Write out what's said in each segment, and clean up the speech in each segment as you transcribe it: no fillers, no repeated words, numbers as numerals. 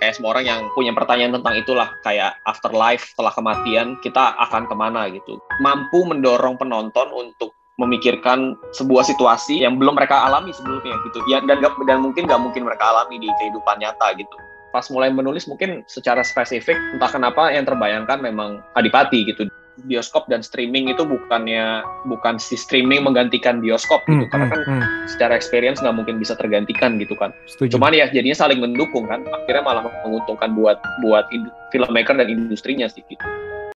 kayak semua orang yang punya pertanyaan tentang itulah, kayak afterlife, setelah kematian kita akan kemana gitu. Mampu mendorong penonton untuk memikirkan sebuah situasi yang belum mereka alami sebelumnya gitu ya, dan mungkin nggak mungkin mereka alami di kehidupan nyata gitu. Pas mulai menulis mungkin secara spesifik entah kenapa yang terbayangkan memang Adipati gitu. Bioskop dan streaming itu bukan si streaming menggantikan bioskop gitu, karena kan secara experience nggak mungkin bisa tergantikan gitu kan. Setuju. Cuman ya jadinya saling mendukung kan, akhirnya malah menguntungkan buat filmmaker dan industrinya sih gitu.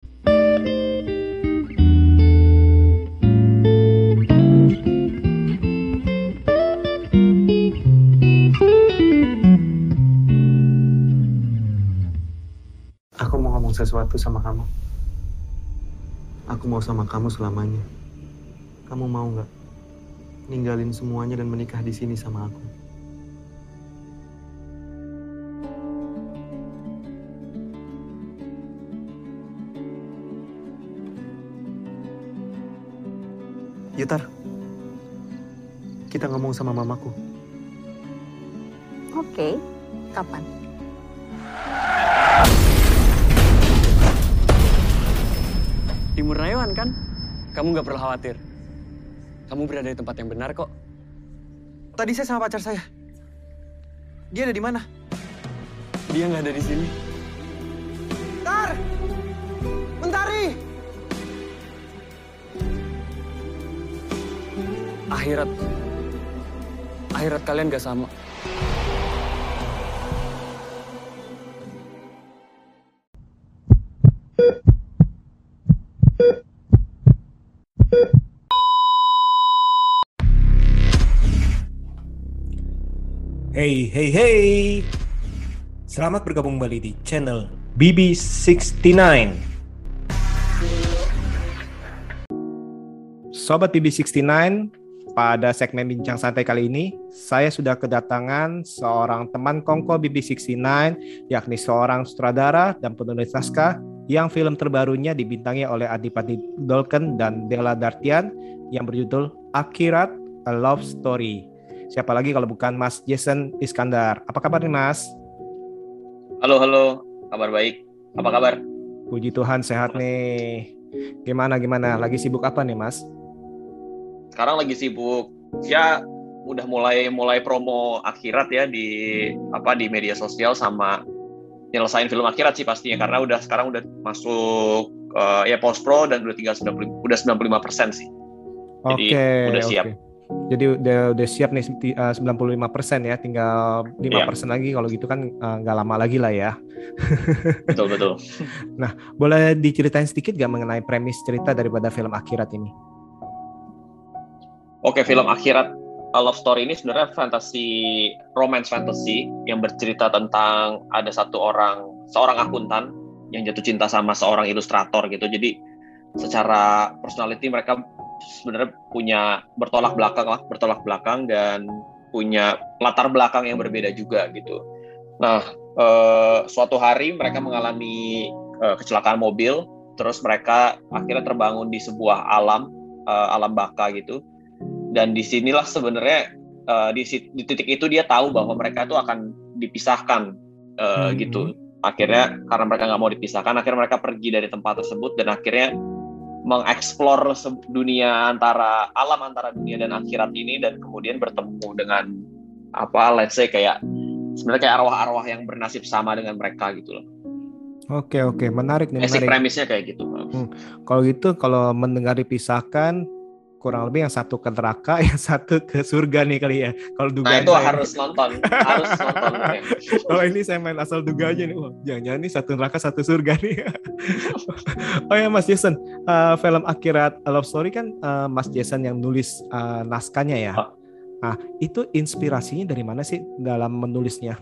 Aku mau ngomong sesuatu sama kamu. Aku mau sama kamu selamanya. Kamu mau nggak ninggalin semuanya dan menikah di sini sama aku? Yutar, kita ngomong sama mamaku. Oke, kapan? Timur Rayuan kan? Kamu nggak perlu khawatir. Kamu berada di tempat yang benar kok. Tadi saya sama pacar saya. Dia ada di mana? Dia nggak ada di sini. Tar! Mentari! Akhirat kalian gak sama. Hey. Selamat bergabung kembali di channel BB69. Sobat BB69, pada segmen Bincang Santai kali ini, saya sudah kedatangan seorang teman kongko BB69, yakni seorang sutradara dan penulis naskah yang film terbarunya dibintangi oleh Adipati Dolken dan Della Dartian yang berjudul Akhirat, A Love Story. Siapa lagi kalau bukan Mas Jason Iskandar. Apa kabar nih, Mas? Halo, kabar baik. Apa kabar? Puji Tuhan, sehat nih. Gimana? Lagi sibuk apa nih, Mas? Sekarang lagi sibuk. Ya, udah mulai promo Akhirat ya di media sosial, sama nyelesain film Akhirat sih pastinya, karena sekarang udah masuk post pro dan udah 95% sih. Jadi udah siap. Jadi udah siap nih 95% ya, tinggal 5% lagi, kalau gitu kan nggak lama lagi lah ya. Betul. Nah, boleh diceritain sedikit gak mengenai premis cerita daripada film Akhirat ini? Oke, film Akhirat, A Love Story ini sebenarnya romance fantasy yang bercerita tentang ada seorang akuntan yang jatuh cinta sama seorang ilustrator gitu. Jadi secara personality mereka sebenarnya punya bertolak belakang dan punya latar belakang yang berbeda juga gitu. Nah, suatu hari mereka mengalami kecelakaan mobil, terus mereka akhirnya terbangun di sebuah alam baka gitu. Dan disinilah sebenarnya di titik itu dia tahu bahwa mereka itu akan dipisahkan gitu. Akhirnya karena mereka nggak mau dipisahkan, akhirnya mereka pergi dari tempat tersebut dan akhirnya mengeksplor alam antara dunia dan akhirat ini, dan kemudian bertemu dengan let's say kayak sebenarnya kayak arwah-arwah yang bernasib sama dengan mereka gitu loh. Oke, menarik nih. Basic premisnya kayak gitu. Kalau gitu, kalau mendengar dipisahkan, kurang lebih yang satu ke neraka, yang satu ke surga nih kali ya. Kalau dugaan itu harus nonton. Kalau ini saya main asal duga aja nih. Jangan-jangan nih satu neraka satu surga nih. Oh ya, Mas Jason, film Akhirat, A Love Story kan Mas Jason yang nulis naskahnya ya. Nah, itu inspirasinya dari mana sih dalam menulisnya?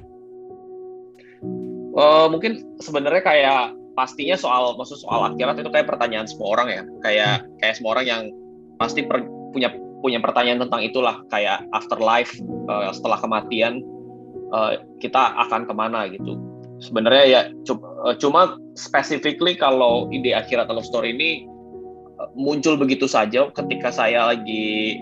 Mungkin sebenarnya kayak pastinya soal akhirat itu kayak pertanyaan semua orang ya. Kayak semua orang yang pasti punya pertanyaan tentang itulah, kayak afterlife, setelah kematian kita akan kemana gitu. Sebenarnya ya cuma specifically kalau ide Akhirat A Love Story ini muncul begitu saja ketika saya lagi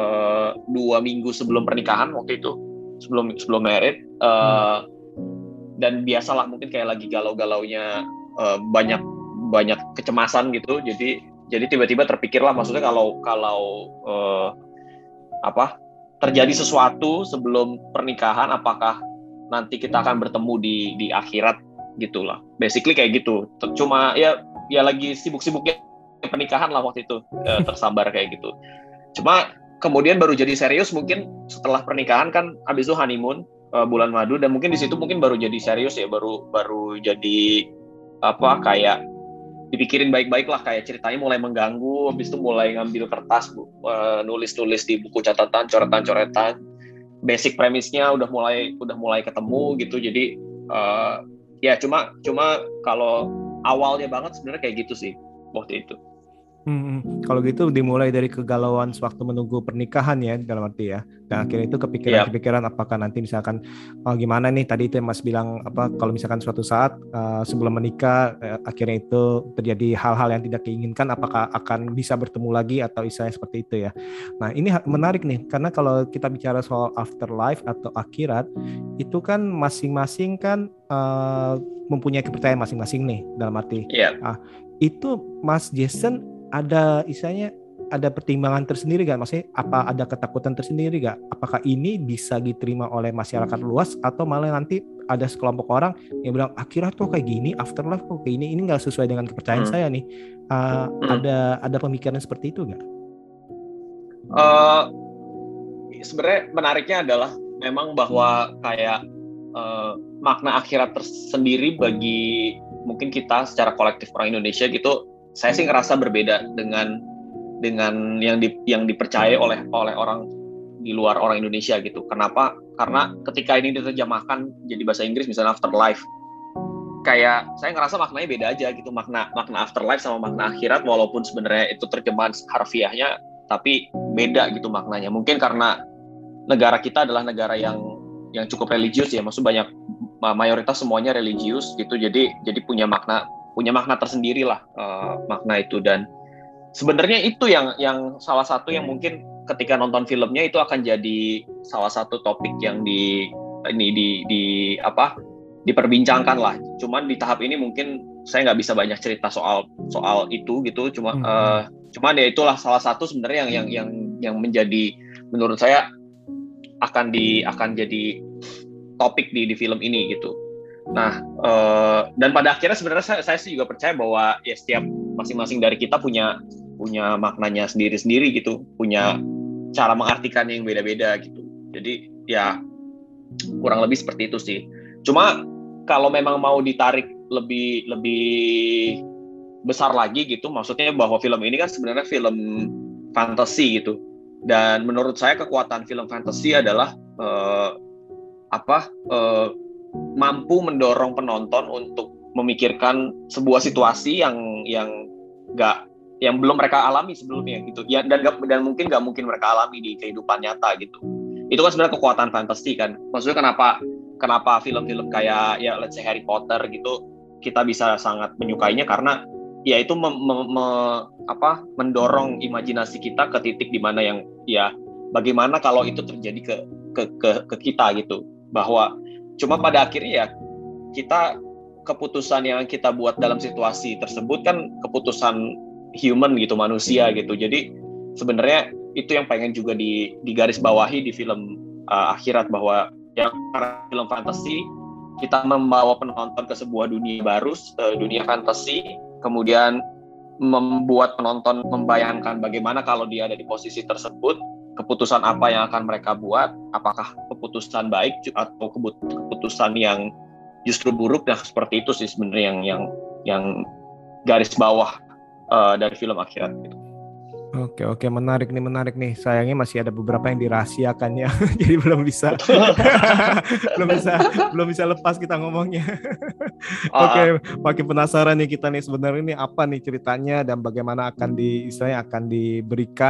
2 minggu sebelum pernikahan waktu itu, sebelum married, dan biasalah mungkin kayak lagi galau-galaunya, banyak banyak kecemasan gitu. Jadi tiba-tiba terpikirlah, maksudnya kalau apa terjadi sesuatu sebelum pernikahan, apakah nanti kita akan bertemu di akhirat gitulah. Basically kayak gitu. Cuma ya lagi sibuk-sibuknya pernikahan lah waktu itu, tersambar kayak gitu. Cuma kemudian baru jadi serius mungkin setelah pernikahan kan, habis itu honeymoon, bulan madu, dan mungkin di situ mungkin baru jadi serius ya, baru jadi apa kayak dipikirin baik-baik lah, kayak ceritanya mulai mengganggu, habis itu mulai ngambil kertas, nulis-nulis di buku catatan, coretan-coretan, basic premisnya udah mulai ketemu gitu. Jadi ya cuma kalau awalnya banget sebenarnya kayak gitu sih waktu itu. Kalau gitu dimulai dari kegalauan sewaktu menunggu pernikahan ya, dalam arti ya. Dan akhirnya itu kepikiran apakah nanti misalkan gimana nih, tadi itu yang Mas bilang apa, kalau misalkan suatu saat sebelum menikah akhirnya itu terjadi hal-hal yang tidak diinginkan, apakah akan bisa bertemu lagi atau istilahnya seperti itu ya. Nah ini menarik nih, karena kalau kita bicara soal afterlife atau akhirat, itu kan masing-masing kan mempunyai kepercayaan masing-masing nih, dalam arti. Itu Mas Jason ada istilahnya ada pertimbangan tersendiri gak? Maksudnya apa ada ketakutan tersendiri gak? Apakah ini bisa diterima oleh masyarakat luas atau malah nanti ada sekelompok orang yang bilang akhirat kok kayak gini, afterlife kok kayak ini gak sesuai dengan kepercayaan saya nih. Ada pemikiran seperti itu gak? Sebenarnya menariknya adalah memang bahwa kayak makna akhirat tersendiri bagi mungkin kita secara kolektif orang Indonesia gitu, saya sih ngerasa berbeda dengan yang dipercaya oleh orang di luar orang Indonesia gitu. Kenapa? Karena ketika ini diterjemahkan jadi bahasa Inggris misalnya afterlife, kayak saya ngerasa maknanya beda aja gitu, makna afterlife sama makna akhirat, walaupun sebenarnya itu terjemahan harfiahnya tapi beda gitu maknanya. Mungkin karena negara kita adalah negara yang cukup religius ya, maksudnya mayoritas semuanya religius gitu, jadi punya makna tersendiri lah makna itu. Dan sebenarnya itu yang salah satu yang mungkin ketika nonton filmnya itu akan jadi salah satu topik yang diperbincangkan lah. Cuman di tahap ini mungkin saya nggak bisa banyak cerita soal itu gitu. Cuman ya itulah salah satu sebenarnya yang menjadi, menurut saya akan jadi topik di film ini gitu. Nah, dan pada akhirnya sebenarnya saya sih juga percaya bahwa ya setiap masing-masing dari kita punya maknanya sendiri-sendiri gitu, punya cara mengartikannya yang beda-beda gitu. Jadi ya kurang lebih seperti itu sih. Cuma kalau memang mau ditarik lebih besar lagi gitu, maksudnya bahwa film ini kan sebenarnya film fantasi gitu. Dan menurut saya kekuatan film fantasi adalah mampu mendorong penonton untuk memikirkan sebuah situasi yang belum mereka alami sebelumnya gitu ya, dan mungkin nggak mungkin mereka alami di kehidupan nyata gitu. Itu kan sebenarnya kekuatan fantasi kan. Maksudnya kenapa film-film kayak ya let's say Harry Potter gitu kita bisa sangat menyukainya, karena ya itu mendorong imajinasi kita ke titik di mana yang ya bagaimana kalau itu terjadi ke kita gitu, bahwa cuma pada akhirnya ya keputusan yang kita buat dalam situasi tersebut kan keputusan human gitu, manusia gitu. Jadi sebenarnya itu yang pengen juga digarisbawahi di film akhirat, bahwa yang karena film fantasi kita membawa penonton ke sebuah dunia baru, dunia fantasi, kemudian membuat penonton membayangkan bagaimana kalau dia ada di posisi tersebut, keputusan apa yang akan mereka buat, apakah keputusan baik atau keputusan yang justru buruk. Nah seperti itu sih sebenarnya yang garis bawah dari film akhirat gitu. Oke, menarik nih. Sayangnya masih ada beberapa yang dirahasiakan ya, jadi belum bisa lepas kita ngomongnya. Oke, makin penasaran nih kita nih sebenarnya ini apa nih ceritanya dan bagaimana akan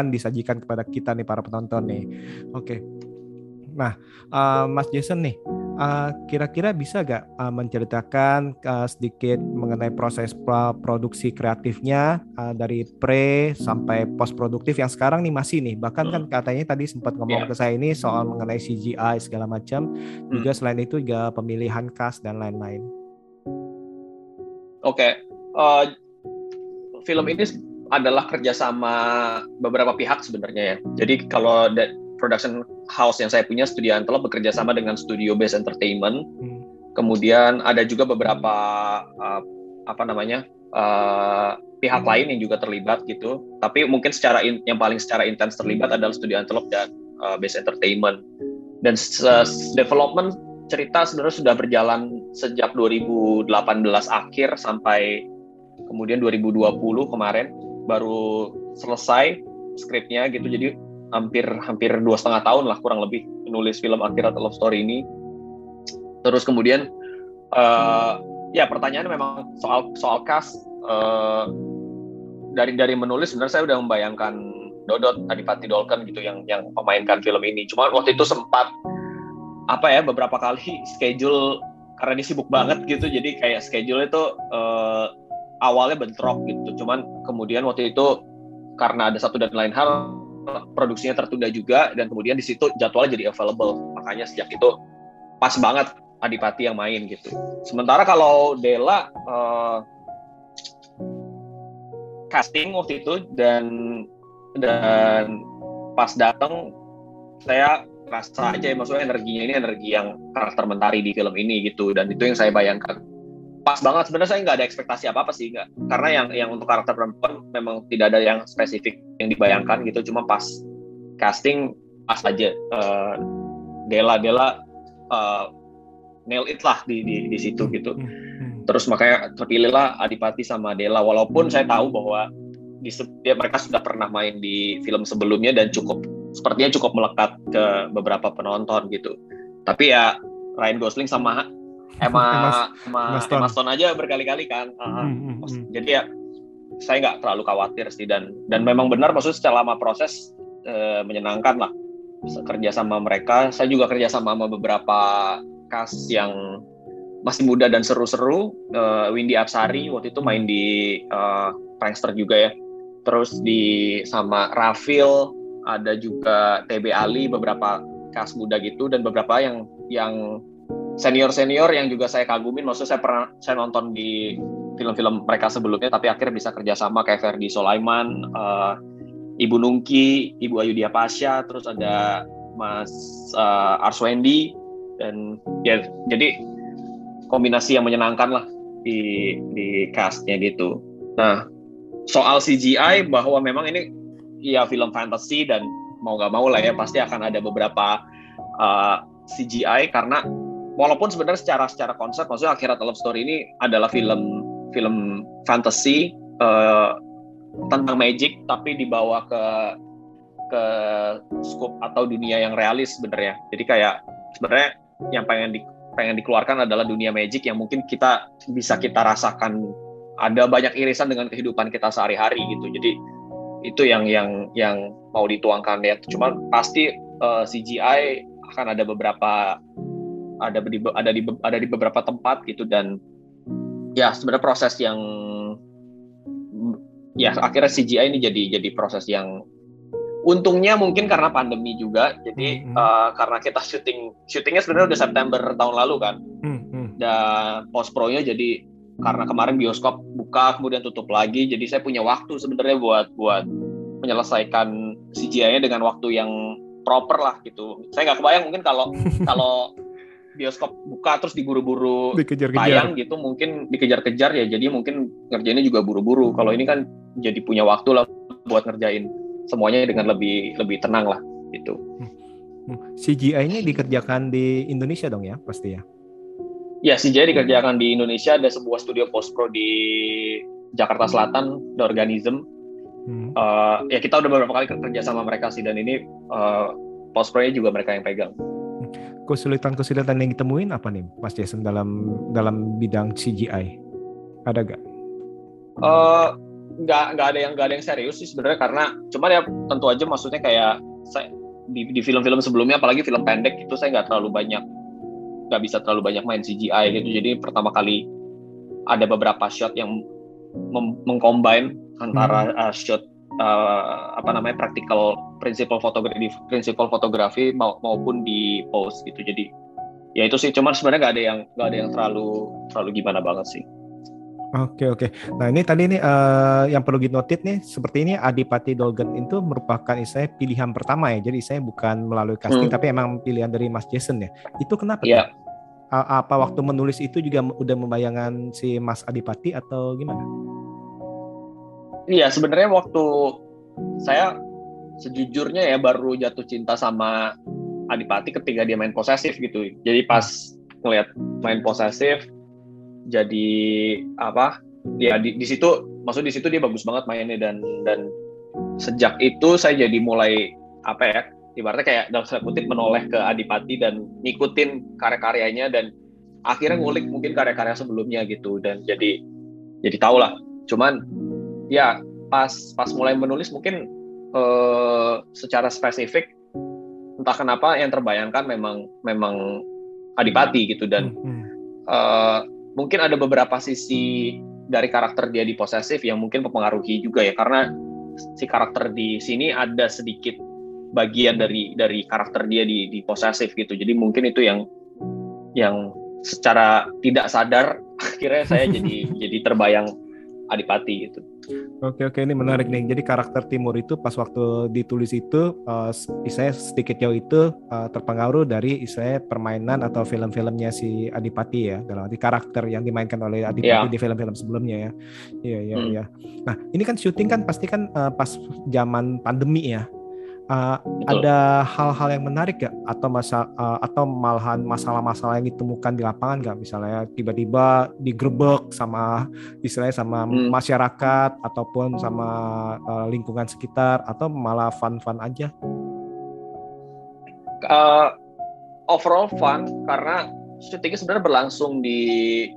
disajikan kepada kita nih para penonton nih. Oke. Nah, Mas Jason nih, Kira-kira bisa gak menceritakan sedikit mengenai proses produksi kreatifnya dari pre sampai post produktif yang sekarang nih masih nih, bahkan kan katanya tadi sempat ngomong ke saya ini soal mengenai CGI segala macam, juga selain itu juga pemilihan cast dan lain-lain. Oke. Film ini adalah kerjasama beberapa pihak sebenarnya ya. Jadi kalau production house yang saya punya, Studio Antelope, bekerja sama dengan Studio Base Entertainment. Kemudian ada juga beberapa pihak lain yang juga terlibat gitu. Tapi mungkin yang paling secara intens terlibat adalah Studio Antelope dan Base Entertainment. Dan development cerita sebenarnya sudah berjalan sejak 2018 akhir sampai kemudian 2020 kemarin baru selesai skripnya gitu. Jadi hampir 2,5 tahun lah kurang lebih menulis film Akhirat Love Story ini. Terus kemudian pertanyaannya memang soal cast. Dari menulis sebenarnya saya udah membayangkan Dodot Adipati Dolken gitu yang memainkan film ini. Cuma waktu itu sempat beberapa kali schedule karena dia sibuk banget gitu, jadi kayak schedule itu awalnya bentrok gitu. Cuman kemudian waktu itu karena ada satu dan lain hal produksinya tertunda juga, dan kemudian di situ jadwalnya jadi available. Makanya sejak itu pas banget Adipati yang main gitu. Sementara kalau Della casting waktu itu dan pas datang saya rasa aja maksudnya energinya ini energi yang karakter Mentari di film ini gitu, dan itu yang saya bayangkan. Pas banget sebenarnya, saya nggak ada ekspektasi apa sih, nggak, karena yang untuk karakter perempuan memang tidak ada yang spesifik yang dibayangkan gitu, cuma pas casting pas aja Della nail it lah di situ gitu. Terus makanya terpilihlah Adipati sama Della, walaupun saya tahu bahwa mereka sudah pernah main di film sebelumnya dan sepertinya cukup melekat ke beberapa penonton gitu. Tapi ya Ryan Gosling sama Emma Stone aja berkali-kali kan. Jadi ya saya nggak terlalu khawatir sih, dan memang benar maksudnya selama proses menyenangkan lah bisa kerja sama mereka. Saya juga kerja sama beberapa cast yang masih muda dan seru-seru. Windy Apsari waktu itu main di Prankster juga ya. Terus sama Rafil, ada juga TB Ali, beberapa cast muda gitu, dan beberapa yang senior yang juga saya kagumin. Maksudnya saya nonton di film-film mereka sebelumnya, tapi akhirnya bisa kerjasama kayak Ferdi Sulaiman, Ibu Nungki, Ibu Ayudhya Pasha, terus ada Mas Arswendi, dan ya jadi kombinasi yang menyenangkan lah di castnya gitu. Nah, soal CGI, bahwa memang ini ya film fantasy dan mau nggak mau lah ya pasti akan ada beberapa CGI, karena walaupun sebenarnya secara konsep maksudnya Akhirat Love Story ini adalah film fantasy tentang magic, tapi dibawa ke scope atau dunia yang realis sebenarnya. Jadi kayak sebenarnya yang pengen dikeluarkan adalah dunia magic yang mungkin bisa kita rasakan, ada banyak irisan dengan kehidupan kita sehari-hari gitu. Jadi itu yang mau dituangkan ya. Cuma pasti CGI akan ada di beberapa tempat gitu, dan ya sebenarnya proses yang ya akhirnya CGI ini jadi proses yang untungnya mungkin karena pandemi juga, jadi karena kita syutingnya sebenarnya udah September tahun lalu kan, dan post pro-nya jadi karena kemarin bioskop buka kemudian tutup lagi, jadi saya punya waktu sebenarnya buat menyelesaikan CGI-nya dengan waktu yang proper lah gitu. Saya nggak kebayang mungkin kalau bioskop buka terus diburu-buru tayang gitu, mungkin dikejar-kejar ya, jadi mungkin ngerjainnya juga buru-buru. Kalau ini kan jadi punya waktu lah buat ngerjain semuanya dengan lebih tenang lah gitu. CGI-nya dikerjakan di Indonesia dong ya pasti ya? Ya, CGI dikerjakan di Indonesia, ada sebuah studio post pro di Jakarta Selatan, The Organism. Ya kita udah beberapa kali kerja sama mereka sih, dan ini post pro-nya juga mereka yang pegang. Kesulitan yang ditemuin apa nih Mas Jason dalam bidang CGI? Ada gak? Nggak ada yang serius sih sebenarnya, karena cuman ya tentu aja maksudnya kayak saya di film-film sebelumnya, apalagi film pendek itu saya nggak terlalu banyak nggak bisa terlalu banyak main CGI gitu. Jadi pertama kali ada beberapa shot yang mengcombine antara shot principal fotografi maupun di pose gitu. Jadi ya itu sih, cuman sebenarnya nggak ada yang terlalu gimana banget sih. Oke. Nah ini tadi nih yang perlu dinotit nih, seperti ini Adipati Dolken itu merupakan istilahnya pilihan pertama ya. Jadi saya bukan melalui casting tapi emang pilihan dari Mas Jason ya. Itu kenapa? Iya. Apa waktu menulis itu juga udah membayangkan si Mas Adipati atau gimana? Iya, sebenarnya waktu saya sejujurnya ya baru jatuh cinta sama Adipati ketika dia main posesif gitu. Jadi pas ngeliat main posesif, jadi apa? Ya di situ, maksud di situ dia bagus banget mainnya dan sejak itu saya jadi mulai apa ya? Ibaratnya kayak dalam tanda kutip menoleh ke Adipati dan ngikutin karya-karyanya dan akhirnya ngulik mungkin karya-karya sebelumnya gitu, dan jadi tahu lah. Cuman ya pas mulai menulis mungkin secara spesifik entah kenapa yang terbayangkan memang Adipati gitu, dan mungkin ada beberapa sisi dari karakter dia di posesif yang mungkin mempengaruhi juga ya, karena si karakter di sini ada sedikit bagian dari karakter dia di posesif gitu. Jadi mungkin itu yang secara tidak sadar akhirnya saya jadi terbayang Adipati gitu. Oke, ini menarik nih. Jadi karakter Timur itu pas waktu ditulis itu, saya sedikit jauh itu terpengaruh dari istilahnya permainan atau film-filmnya si Adipati ya, dalam arti karakter yang dimainkan oleh Adipati di film-film sebelumnya ya. Iya. Nah ini kan syuting kan pasti kan pas zaman pandemi ya. Ada hal-hal yang menarik gak? Atau malahan masalah-masalah yang ditemukan di lapangan gak? Misalnya tiba-tiba digerebek sama istilahnya sama masyarakat ataupun sama lingkungan sekitar, atau malah fun-fun aja? Overall fun, karena syutingnya sebenarnya berlangsung di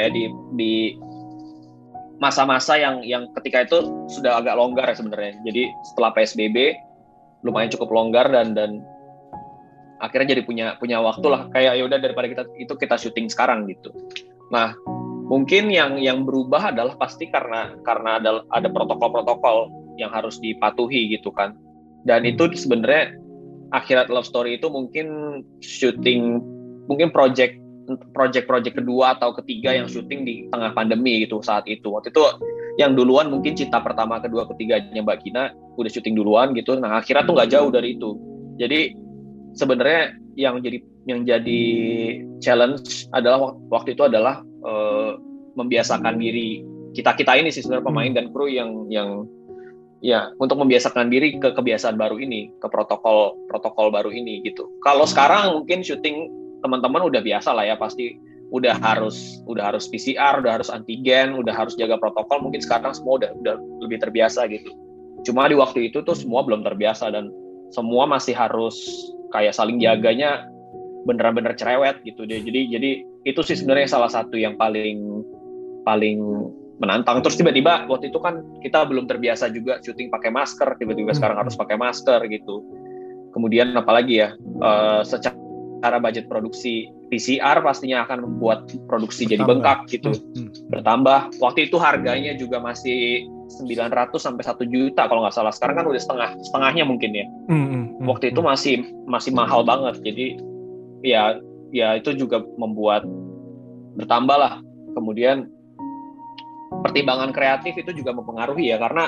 masa-masa yang ketika itu sudah agak longgar ya sebenarnya. Jadi setelah PSBB lumayan cukup longgar dan akhirnya jadi punya waktu lah, kayak yaudah daripada kita syuting sekarang gitu. Nah mungkin yang berubah adalah pasti karena ada protokol yang harus dipatuhi gitu kan, dan itu sebenarnya Akhirat Love Story itu mungkin syuting mungkin project kedua atau ketiga yang syuting di tengah pandemi gitu saat itu. Waktu itu yang duluan mungkin Cinta Pertama, Kedua, Ketiganya Mbak Gina udah syuting duluan gitu. Nah Akhirat tuh nggak jauh dari itu. Jadi sebenarnya yang jadi challenge adalah waktu itu adalah membiasakan diri kita ini sih sebenarnya pemain dan kru yang ya untuk membiasakan diri ke kebiasaan baru ini, ke protokol baru ini gitu. Kalau sekarang mungkin syuting teman-teman udah biasa lah ya, pasti udah harus PCR, udah harus antigen, udah harus jaga protokol. Mungkin sekarang semua udah lebih terbiasa gitu. Cuma di waktu itu tuh semua belum terbiasa dan semua masih harus kayak saling jaganya beneran-bener cerewet gitu deh. Jadi itu sih sebenarnya salah satu yang paling menantang. Terus tiba-tiba waktu itu kan kita belum terbiasa juga syuting pakai masker, tiba-tiba sekarang harus pakai masker gitu. Kemudian apalagi ya, secara budget produksi PCR pastinya akan membuat produksi jadi bengkak gitu, bertambah. Waktu itu harganya juga masih 900 sampai 1 juta kalau nggak salah. Sekarang kan udah setengahnya mungkin ya. Waktu itu masih mahal banget. Jadi ya itu juga membuat bertambah lah. Kemudian pertimbangan kreatif itu juga mempengaruhi ya, karena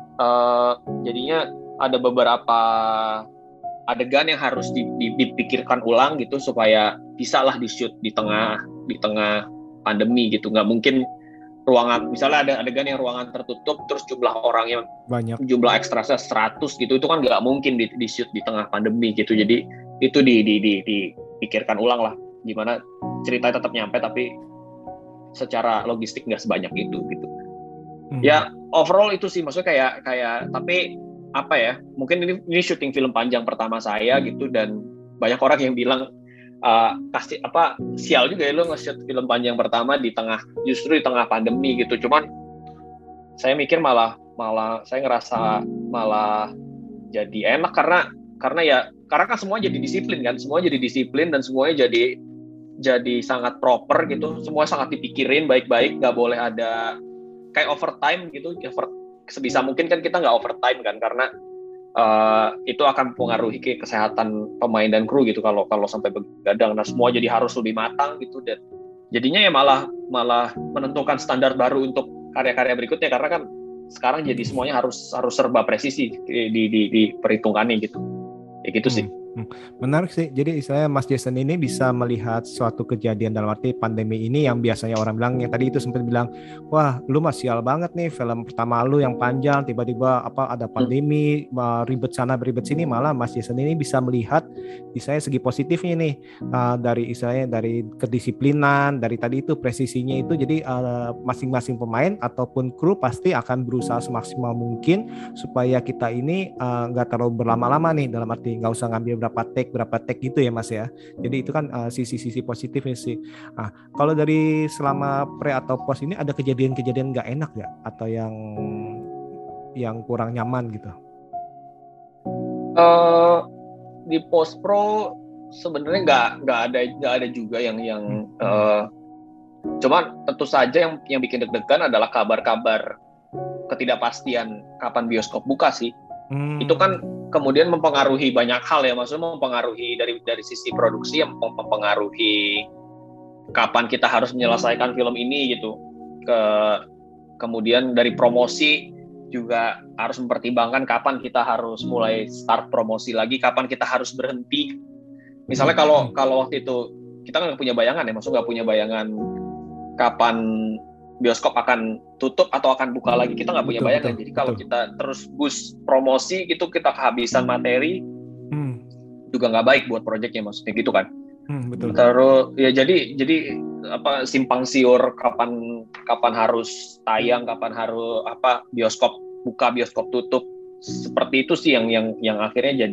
jadinya ada beberapa adegan yang harus dipikirkan ulang gitu supaya bisa lah di-shoot di tengah pandemi gitu. Nggak mungkin ruangan, misalnya ada adegan yang ruangan tertutup terus jumlah orangnya banyak, jumlah ekstrasnya 100 gitu, itu kan nggak mungkin di-shoot di tengah pandemi gitu. Jadi itu dipikirkan ulang lah gimana ceritanya tetap nyampe tapi secara logistik nggak sebanyak itu gitu. Ya overall itu sih, maksudnya kayak tapi apa ya, mungkin ini syuting film panjang pertama saya gitu, dan banyak orang yang bilang sial juga ya lo nge-shoot film panjang pertama justru di tengah pandemi gitu. Cuman saya mikir malah saya ngerasa malah jadi enak karena kan semua jadi disiplin kan, semua jadi disiplin dan semuanya jadi jadi sangat proper gitu, semua sangat dipikirin baik-baik, nggak boleh ada kayak overtime gitu. Sebisa mungkin kan kita nggak overtime kan, karena itu akan mempengaruhi ke kesehatan pemain dan kru gitu kalau sampai begadang. Nah, semua jadi harus lebih matang gitu, dan jadinya ya malah menentukan standar baru untuk karya-karya berikutnya, karena kan sekarang jadi semuanya harus serba presisi di perhitungannya gitu. Ya gitu sih. Menarik sih. Jadi istilahnya Mas Jason ini bisa melihat suatu kejadian dalam arti pandemi ini yang biasanya orang bilang, yang tadi itu sempat bilang, wah lu mah sial banget nih, film pertama lu yang panjang tiba-tiba ada pandemi, ribet sana ribet sini. Malah Mas Jason ini bisa melihat istilahnya segi positifnya nih, dari istilahnya dari kedisiplinan, dari tadi itu presisinya itu. Jadi masing-masing pemain ataupun kru pasti akan berusaha semaksimal mungkin supaya kita ini nggak terlalu berlama-lama nih, dalam arti nggak usah ngambil berapa take gitu ya Mas ya. Jadi itu kan sisi-sisi positifnya sih. Kalau dari selama pre atau post ini ada kejadian-kejadian nggak enak nggak, atau yang kurang nyaman gitu? Di post pro sebenarnya nggak ada juga yang cuman tentu saja yang bikin deg-degan adalah kabar-kabar ketidakpastian kapan bioskop buka sih. Itu kan kemudian mempengaruhi banyak hal ya, maksudnya mempengaruhi dari sisi produksi, yang mempengaruhi kapan kita harus menyelesaikan film ini gitu. Kemudian dari promosi juga harus mempertimbangkan kapan kita harus mulai start promosi lagi, kapan kita harus berhenti. Misalnya kalau waktu itu kita kan nggak punya bayangan ya, maksudnya nggak punya bayangan kapan bioskop akan tutup atau akan buka lagi, kita nggak punya bayangan. Jadi kalau kita terus boost promosi gitu, kita kehabisan materi, juga nggak baik buat proyeknya, maksudnya gitu kan. Betul. Terus ya jadi simpang siur kapan harus tayang, kapan harus bioskop buka, bioskop tutup, seperti itu sih yang akhirnya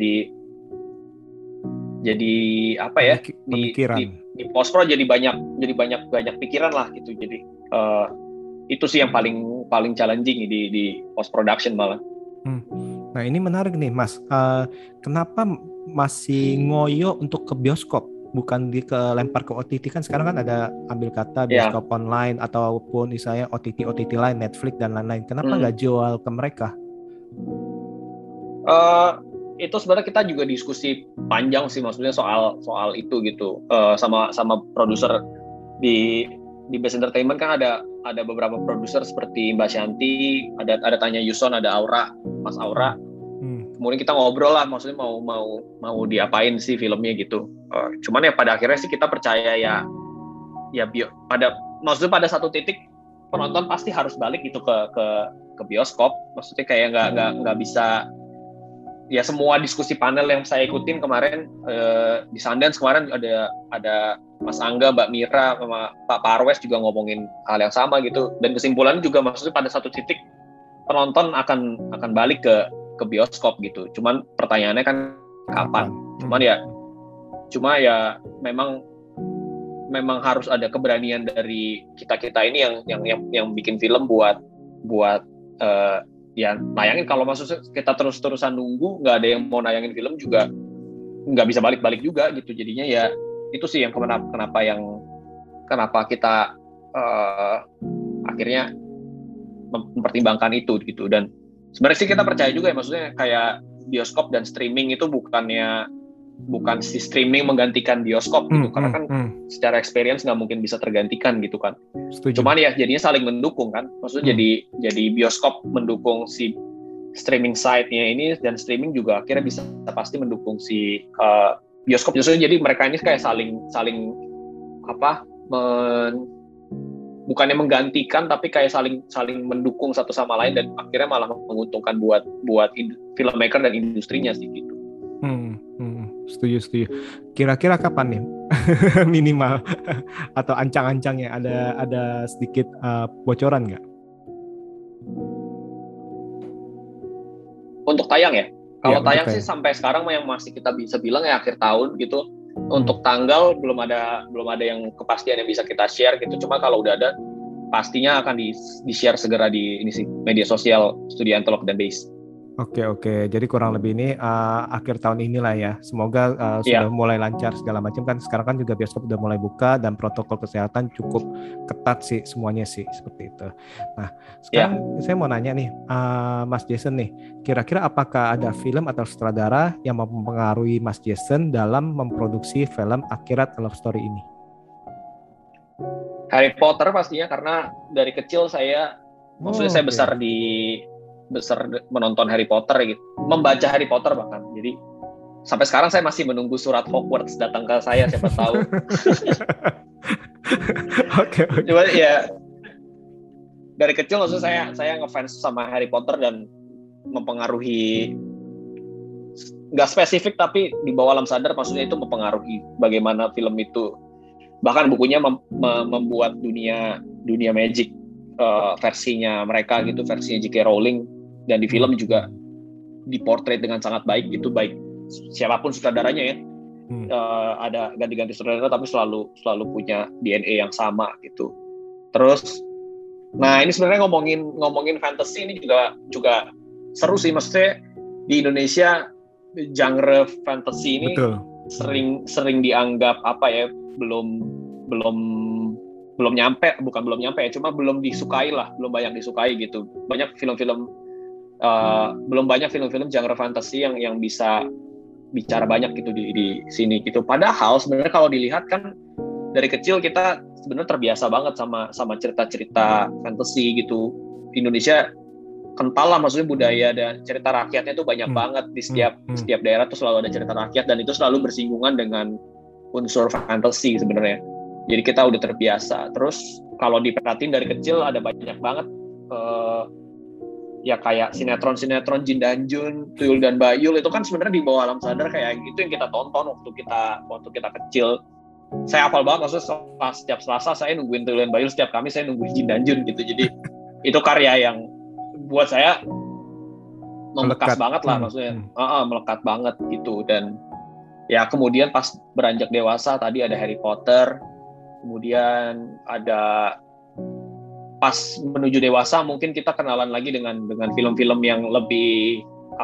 jadi apa ya, di post pro jadi banyak pikiran lah gitu. Jadi itu sih yang paling challenging di post production malah. Nah ini menarik nih Mas, kenapa masih ngoyo untuk ke bioskop, bukan lempar ke OTT? Kan sekarang kan ada ambil kata bioskop online ataupun misalnya OTT lain, Netflix dan lain-lain. Kenapa nggak jual ke mereka? Itu sebenarnya kita juga diskusi panjang sih, maksudnya soal itu gitu, sama produser di Best Entertainment. Kan ada beberapa produser seperti Mbak Shanti, ada Tanya Yuson, ada Mas Aura. Kemudian kita ngobrol lah, maksudnya mau diapain sih filmnya gitu. Cuman ya pada akhirnya sih kita percaya maksudnya pada satu titik penonton pasti harus balik gitu ke bioskop. Maksudnya kayak nggak bisa. Ya semua diskusi panel yang saya ikutin kemarin di Sundance kemarin, ada Mas Angga, Mbak Mira, sama Pak Parwes juga ngomongin hal yang sama gitu. Dan kesimpulannya juga maksudnya pada satu titik penonton akan balik ke bioskop gitu. Cuman pertanyaannya kan kapan? Cuma ya memang harus ada keberanian dari kita ini yang bikin film buat ya nayangin. Kalau maksudnya kita terus-terusan nunggu, nggak ada yang mau nayangin film juga, nggak bisa balik-balik juga gitu. Jadinya ya itu sih yang kenapa kita akhirnya mempertimbangkan itu gitu. Dan sebenarnya sih kita percaya juga ya, maksudnya kayak bioskop dan streaming itu bukan si streaming menggantikan bioskop gitu, karena kan secara experience nggak mungkin bisa tergantikan gitu kan. Setuju. Cuman ya jadinya saling mendukung kan, maksudnya jadi bioskop mendukung si streaming site-nya ini, dan streaming juga akhirnya bisa pasti mendukung si bioskop. Justru jadi mereka ini kayak saling bukannya menggantikan, tapi kayak saling mendukung satu sama lain, dan akhirnya malah menguntungkan buat filmmaker dan industrinya sih gitu. Setuju. Kira-kira kapan nih minimal atau ancang-ancangnya, ada sedikit bocoran nggak? Untuk tayang ya? Kalau tayang sih sampai sekarang yang masih kita bisa bilang ya akhir tahun gitu. Untuk tanggal belum ada yang kepastian yang bisa kita share gitu. Cuma kalau udah ada, pastinya akan di-share segera di ini sih, media sosial Studio Antolog dan Base. Oke. Jadi kurang lebih ini akhir tahun inilah ya. Semoga sudah Iya, mulai lancar segala macam kan. Sekarang kan juga bioskop udah mulai buka dan protokol kesehatan cukup ketat sih semuanya sih seperti itu. Nah, sekarang iya. saya mau nanya nih, Mas Jason nih, kira-kira apakah ada film atau sutradara yang mempengaruhi Mas Jason dalam memproduksi film Akhirat Love Story ini? Harry Potter pastinya karena dari kecil maksudnya saya Oke. besar menonton Harry Potter gitu, membaca Harry Potter bahkan. Jadi sampai sekarang saya masih menunggu surat Hogwarts datang ke saya, siapa tahu. Oke. Cuma ya dari kecil maksudnya saya ngefans sama Harry Potter dan mempengaruhi, nggak spesifik tapi di bawah alam sadar, maksudnya itu mempengaruhi bagaimana film itu, bahkan bukunya membuat dunia magic, versinya mereka gitu, versinya J.K. Rowling, dan di film juga diportret dengan sangat baik gitu, baik siapapun sutradaranya ya. Ada ganti-ganti sutradara tapi selalu punya DNA yang sama gitu. Terus nah ini sebenarnya ngomongin fantasy ini juga seru sih, maksudnya di Indonesia genre fantasy ini Betul. sering dianggap apa ya, belum nyampe, bukan belum nyampe ya, cuma belum disukai lah, belum banyak disukai gitu. Belum banyak film-film genre fantasi yang bisa bicara banyak gitu di sini gitu. Padahal sebenarnya kalau dilihat kan dari kecil kita sebenarnya terbiasa banget sama cerita-cerita fantasi gitu. Indonesia kental lah, maksudnya budaya dan cerita rakyatnya tuh banyak banget di setiap daerah tuh selalu ada cerita rakyat, dan itu selalu bersinggungan dengan unsur fantasi sebenarnya. Jadi kita udah terbiasa. Terus kalau diperhatiin dari kecil ada banyak banget ya kayak sinetron Jin dan Jun, Tuyul dan Bayul, itu kan sebenarnya di bawah alam sadar, kayak gitu yang kita tonton waktu kita kecil. Saya hafal banget, maksudnya setiap Selasa saya nungguin Tuyul dan Bayul, setiap Kamis saya nungguin Jin dan Jun gitu. Jadi itu karya yang buat saya membekas banget lah, maksudnya melekat banget gitu. Dan ya kemudian pas beranjak dewasa tadi ada Harry Potter, kemudian ada pas menuju dewasa mungkin kita kenalan lagi dengan film-film yang lebih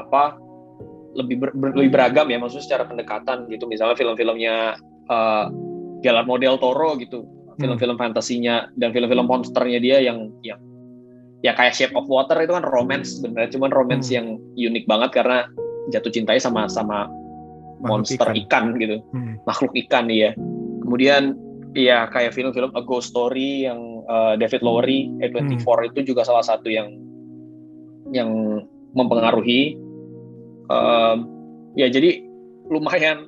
beragam ya, maksudnya secara pendekatan gitu. Misalnya film-filmnya Guillermo del Toro gitu, film-film fantasinya dan film-film monsternya dia yang ya kayak Shape of Water itu kan romance sebenarnya, cuman romance yang unik banget karena jatuh cintanya sama monster ikan gitu, makhluk ikan ya. Kemudian ya kayak film-film A Ghost Story yang David Lowery, A24 itu juga salah satu yang mempengaruhi. Ya jadi lumayan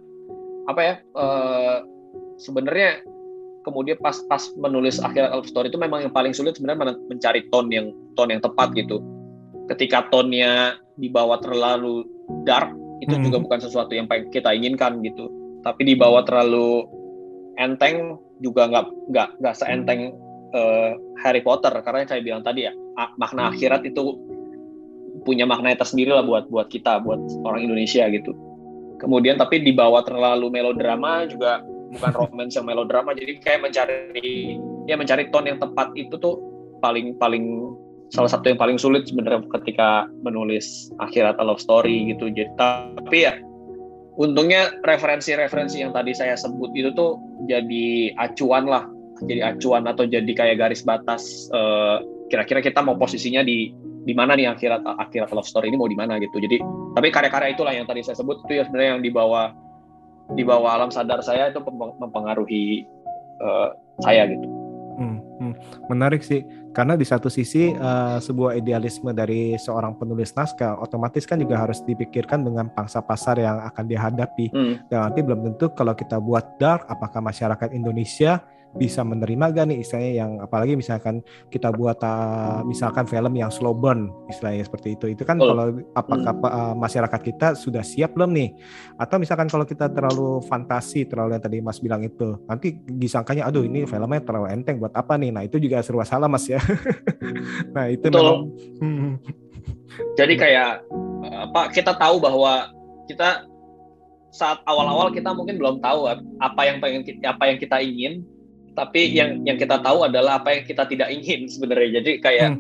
sebenarnya kemudian pas menulis Akhirat Love Story itu memang yang paling sulit sebenarnya mencari tone yang tepat gitu. Ketika tone-nya dibawa terlalu dark, itu juga bukan sesuatu yang kita inginkan gitu. Tapi dibawa terlalu enteng juga nggak seenteng Harry Potter, karena yang saya bilang tadi ya, makna akhirat itu punya makna tersendiri lah buat kita, buat orang Indonesia gitu. Kemudian tapi dibawa terlalu melodrama juga, bukan romance yang melodrama. Jadi kayak mencari tone yang tepat itu tuh paling salah satu yang paling sulit sebenarnya ketika menulis Akhirat Love Story gitu. Jadi tapi ya untungnya referensi-referensi yang tadi saya sebut itu tuh jadi acuan atau jadi kayak garis batas, kira-kira kita mau posisinya di mana nih akhirat Love Story ini mau di mana gitu. Jadi tapi karya-karya itulah yang tadi saya sebut itu ya sebenarnya yang di bawah alam sadar saya itu mempengaruhi saya gitu. Menarik sih, karena di satu sisi sebuah idealisme dari seorang penulis naskah otomatis kan juga harus dipikirkan dengan pangsa pasar yang akan dihadapi. Dan nanti belum tentu kalau kita buat dark, apakah masyarakat Indonesia bisa menerima gak nih istilahnya, yang apalagi misalkan kita buat misalkan film yang slow burn istilahnya seperti itu kan kalau apakah masyarakat kita sudah siap belum nih, atau misalkan kalau kita terlalu fantasi, terlalu yang tadi Mas bilang itu, nanti disangkanya aduh ini filmnya terlalu enteng buat apa nih. Nah itu juga serba salah Mas ya. Nah itu memang jadi kayak kita tahu bahwa kita saat awal-awal kita mungkin belum tahu apa yang kita ingin, tapi yang kita tahu adalah apa yang kita tidak ingin sebenarnya. Jadi kayak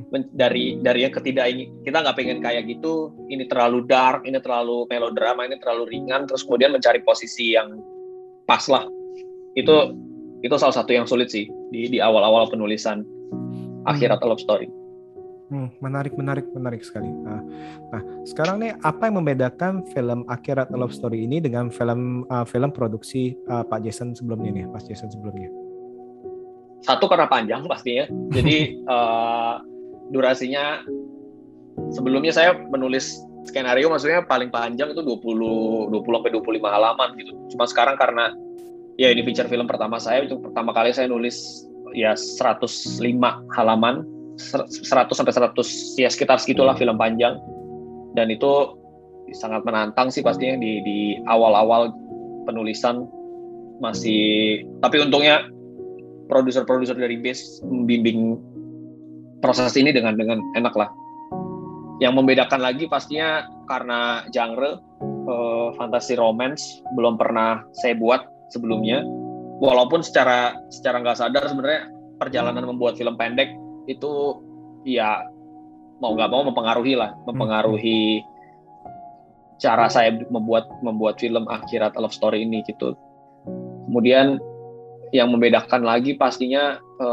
dari yang kita nggak pengen kayak gitu, ini terlalu dark, ini terlalu melodrama, ini terlalu ringan, terus kemudian mencari posisi yang pas lah. Itu salah satu yang sulit sih di awal-awal penulisan Akhirat A Love Story. Menarik sekali. Nah, sekarang nih apa yang membedakan film Akhirat A Love Story ini dengan film produksi Pak Jason sebelumnya nih, Mas Jason sebelumnya? Satu, karena panjang pastinya. Jadi durasinya, sebelumnya saya menulis skenario maksudnya paling panjang itu 20 sampai 25 halaman gitu. Cuma sekarang karena ya ini feature film pertama saya, itu pertama kali saya nulis ya 105 halaman, 100 sampai 100 ya sekitar segitulah film panjang. Dan itu sangat menantang sih pastinya di awal-awal penulisan masih, tapi untungnya produser dari Base membimbing proses ini dengan enak lah. Yang membedakan lagi pastinya karena genre fantasi romance belum pernah saya buat sebelumnya. Walaupun secara nggak sadar sebenarnya perjalanan membuat film pendek itu ya mau nggak mau mempengaruhi cara saya membuat film Akhirat A Love Story ini gitu. Kemudian yang membedakan lagi pastinya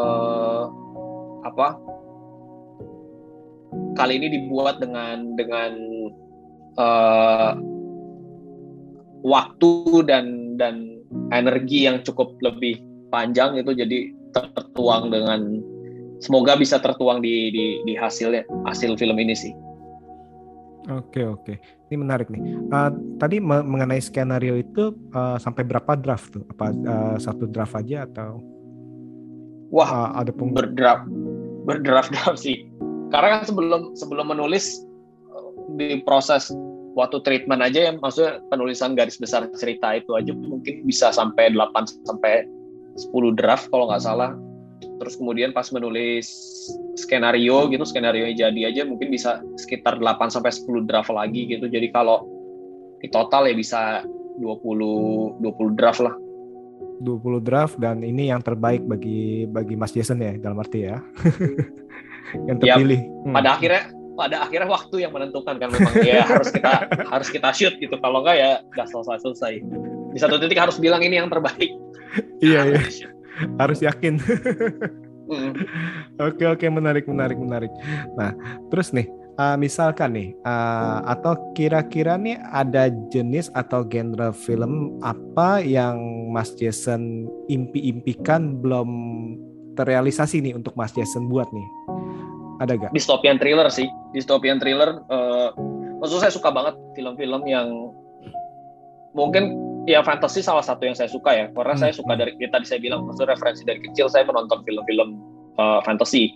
kali ini dibuat dengan waktu dan energi yang cukup lebih panjang itu, jadi semoga bisa tertuang di hasil film ini sih. Oke. Ini menarik nih. Tadi mengenai skenario itu sampai berapa draft tuh? Apa satu draft aja atau? Wah, ada berdraft sih. Karena kan sebelum menulis di proses waktu treatment aja, yang maksudnya penulisan garis besar cerita itu aja mungkin bisa sampai 8 sampai 10 draft kalau nggak salah. Terus kemudian pas menulis skenarionya jadi aja mungkin bisa sekitar 8 sampai 10 draft lagi gitu. Jadi kalau di total ya bisa 20 draft lah. 20 draft, dan ini yang terbaik bagi Mas Jason ya, dalam arti ya. Yang terpilih. Ya, pada akhirnya waktu yang menentukan kan, memang ya harus kita shoot gitu. Kalau enggak ya udah selesai. Di satu titik harus bilang ini yang terbaik. Iya. Harus yakin. Oke, menarik. Nah, terus nih, misalkan nih, atau kira-kira nih ada jenis atau genre film apa yang Mas Jason impikan belum terrealisasi nih untuk Mas Jason buat nih? Ada gak? Dystopian thriller sih. Maksud saya suka banget film-film yang mungkin ya fantasy salah satu yang saya suka ya. Karena saya suka dari tadi saya bilang, maksudnya referensi dari kecil saya menonton film-film fantasy.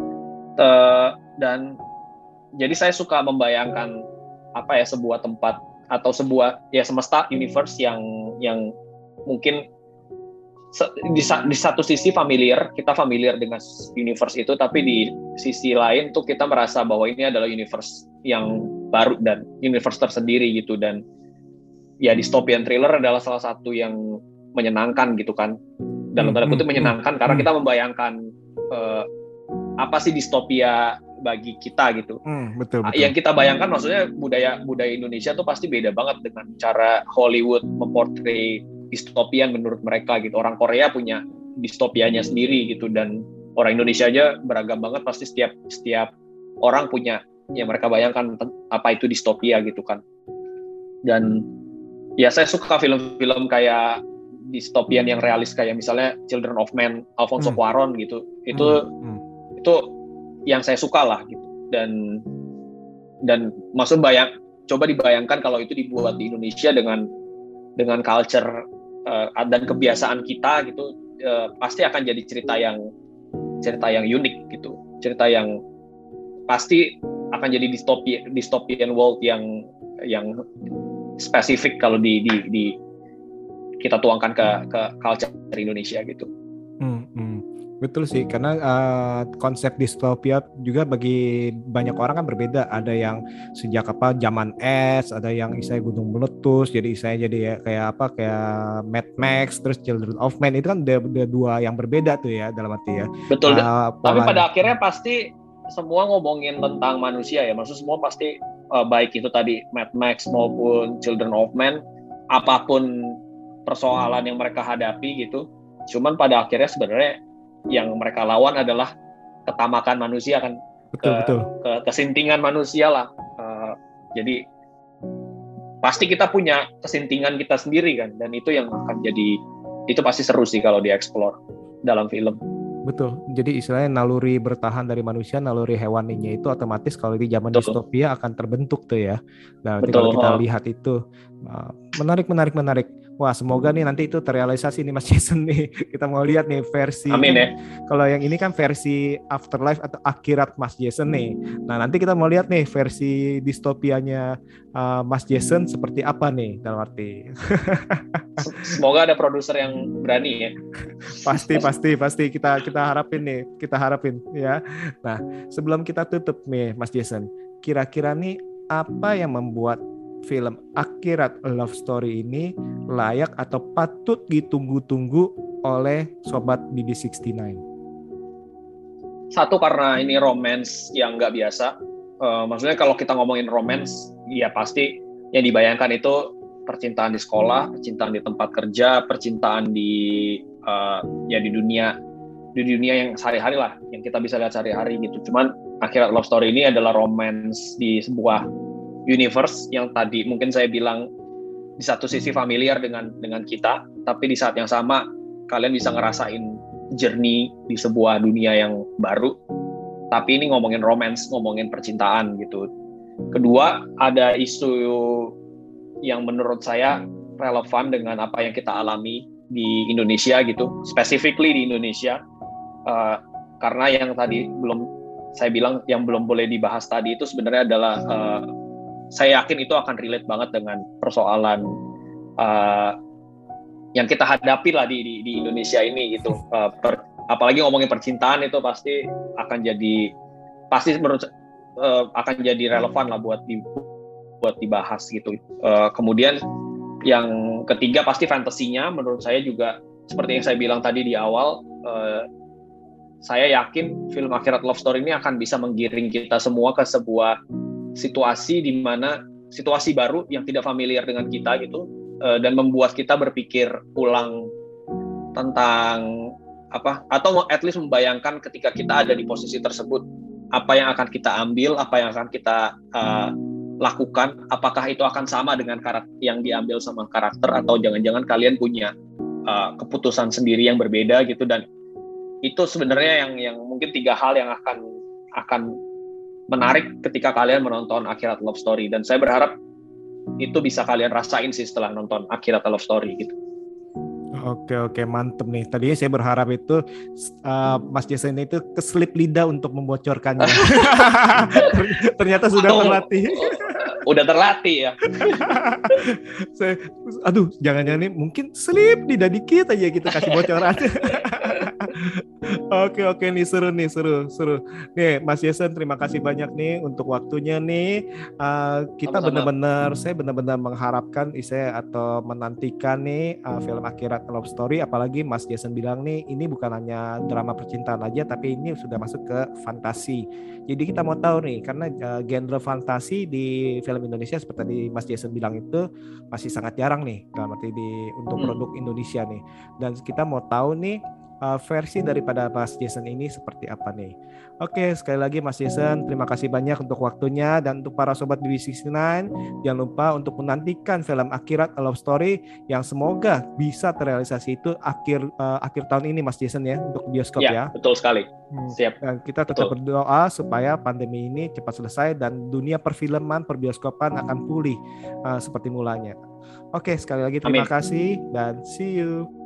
Dan jadi saya suka membayangkan sebuah tempat atau sebuah ya semesta universe yang mungkin di satu sisi kita familiar dengan universe itu, tapi di sisi lain tuh kita merasa bahwa ini adalah universe yang baru dan universe tersendiri gitu. Dan ya dystopian thriller adalah salah satu yang menyenangkan gitu kan, dalam tanda kutip menyenangkan karena kita membayangkan apa sih distopia bagi kita gitu. Betul. Yang kita bayangkan maksudnya budaya Indonesia tuh pasti beda banget dengan cara Hollywood memportray distopian menurut mereka gitu. Orang Korea punya distopianya sendiri gitu, dan orang Indonesia aja beragam banget, pasti setiap orang punya yang mereka bayangkan apa itu distopia gitu kan. Dan ya saya suka film-film kayak distopian yang realis, kayak misalnya Children of Men, Alfonso Cuarón gitu. Itu yang saya suka lah gitu. Dan maksud coba dibayangkan kalau itu dibuat di Indonesia dengan culture dan kebiasaan kita gitu, pasti akan jadi cerita yang unik gitu, cerita yang pasti akan jadi dystopian world yang spesifik kalau di kita tuangkan ke culture Indonesia gitu. Betul sih, karena konsep distopia juga bagi banyak orang kan berbeda. Ada yang sejak zaman es, ada yang istilahnya gunung meletus, jadi istilahnya jadi kayak Mad Max, terus Children of Men, itu kan dua yang berbeda tuh ya dalam arti ya. Betul. Tapi pada akhirnya pasti semua ngomongin tentang manusia ya, maksud semua pasti baik itu tadi Mad Max maupun Children of Men, apapun persoalan yang mereka hadapi gitu, cuman pada akhirnya sebenarnya yang mereka lawan adalah ketamakan manusia kan, Betul. kesintingan manusia lah. Jadi pasti kita punya kesintingan kita sendiri kan, dan itu yang akan jadi, itu pasti seru sih kalau dieksplor dalam film. Betul. Jadi istilahnya naluri bertahan dari manusia, naluri hewaninya itu otomatis kalau di zaman distopia akan terbentuk tuh ya. Nah, nanti kalau kita lihat itu menarik. Wah, semoga nih nanti itu terrealisasi nih Mas Jason nih. Kita mau lihat nih versi. Amin ya. Kalau yang ini kan versi afterlife atau akhirat Mas Jason nih. Nah, nanti kita mau lihat nih versi distopianya Mas Jason seperti apa nih dalam arti. Semoga ada produser yang berani ya. Pasti kita harapin ya. Nah, sebelum kita tutup nih Mas Jason, kira-kira nih apa yang membuat film Akhirat Love Story ini layak atau patut ditunggu-tunggu oleh sobat BB69? Satu, karena ini romance yang nggak biasa. Maksudnya kalau kita ngomongin romance, ya pasti yang dibayangkan itu percintaan di sekolah, percintaan di tempat kerja, percintaan di dunia yang sehari-hari lah, yang kita bisa lihat sehari-hari gitu. Cuman Akhirat Love Story ini adalah romance di sebuah universe yang tadi mungkin saya bilang di satu sisi familiar dengan kita, tapi di saat yang sama kalian bisa ngerasain journey di sebuah dunia yang baru. Tapi ini ngomongin romance, ngomongin percintaan gitu. Kedua, ada isu yang menurut saya relevan dengan apa yang kita alami di Indonesia gitu, specifically di Indonesia, karena yang tadi saya bilang yang belum boleh dibahas tadi itu sebenarnya adalah saya yakin itu akan relate banget dengan persoalan yang kita hadapi lah di Indonesia ini gitu. Apalagi ngomongin percintaan itu pasti akan jadi akan jadi relevan lah buat dibahas gitu. Kemudian yang ketiga pasti fantasinya, menurut saya juga seperti yang saya bilang tadi di awal, saya yakin film Akhirat Love Story ini akan bisa menggiring kita semua ke sebuah situasi di mana situasi baru yang tidak familiar dengan kita gitu, dan membuat kita berpikir ulang tentang apa, atau at least membayangkan ketika kita ada di posisi tersebut, apa yang akan kita ambil, apa yang akan kita lakukan, apakah itu akan sama dengan karakter yang diambil sama karakter, atau jangan-jangan kalian punya keputusan sendiri yang berbeda gitu. Dan itu sebenarnya yang mungkin 3 hal yang akan menarik ketika kalian menonton Akhirat Love Story, dan saya berharap itu bisa kalian rasain sih setelah nonton Akhirat Love Story gitu. Oke, mantep nih. Tadinya saya berharap itu Mas Jason itu keselip lidah untuk membocorkannya. Ternyata sudah terlatih. Udah terlatih ya. Jangan-jangan nih mungkin selip lidah dikit aja kita kasih bocoran. Oke nih, seru. Nih Mas Jason, terima kasih banyak nih untuk waktunya nih. Saya benar-benar mengharapkan atau menantikan nih film Akhirat Love Story, apalagi Mas Jason bilang nih ini bukan hanya drama percintaan aja, tapi ini sudah masuk ke fantasi. Jadi kita mau tahu nih, karena genre fantasi di film Indonesia seperti tadi Mas Jason bilang itu masih sangat jarang nih, dalam arti untuk produk Indonesia nih. Dan kita mau tahu nih versi daripada Mas Jason ini seperti apa nih. Oke, sekali lagi Mas Jason, terima kasih banyak untuk waktunya. Dan untuk para sobat BB69, jangan lupa untuk menantikan film Akhirat Love Story yang semoga bisa terrealisasi itu akhir tahun ini Mas Jason ya, untuk bioskop ya. Betul sekali. Siap. Dan kita tetap berdoa supaya pandemi ini cepat selesai dan dunia perfilman, perbioskopan akan pulih seperti mulanya. Oke, sekali lagi terima kasih dan see you.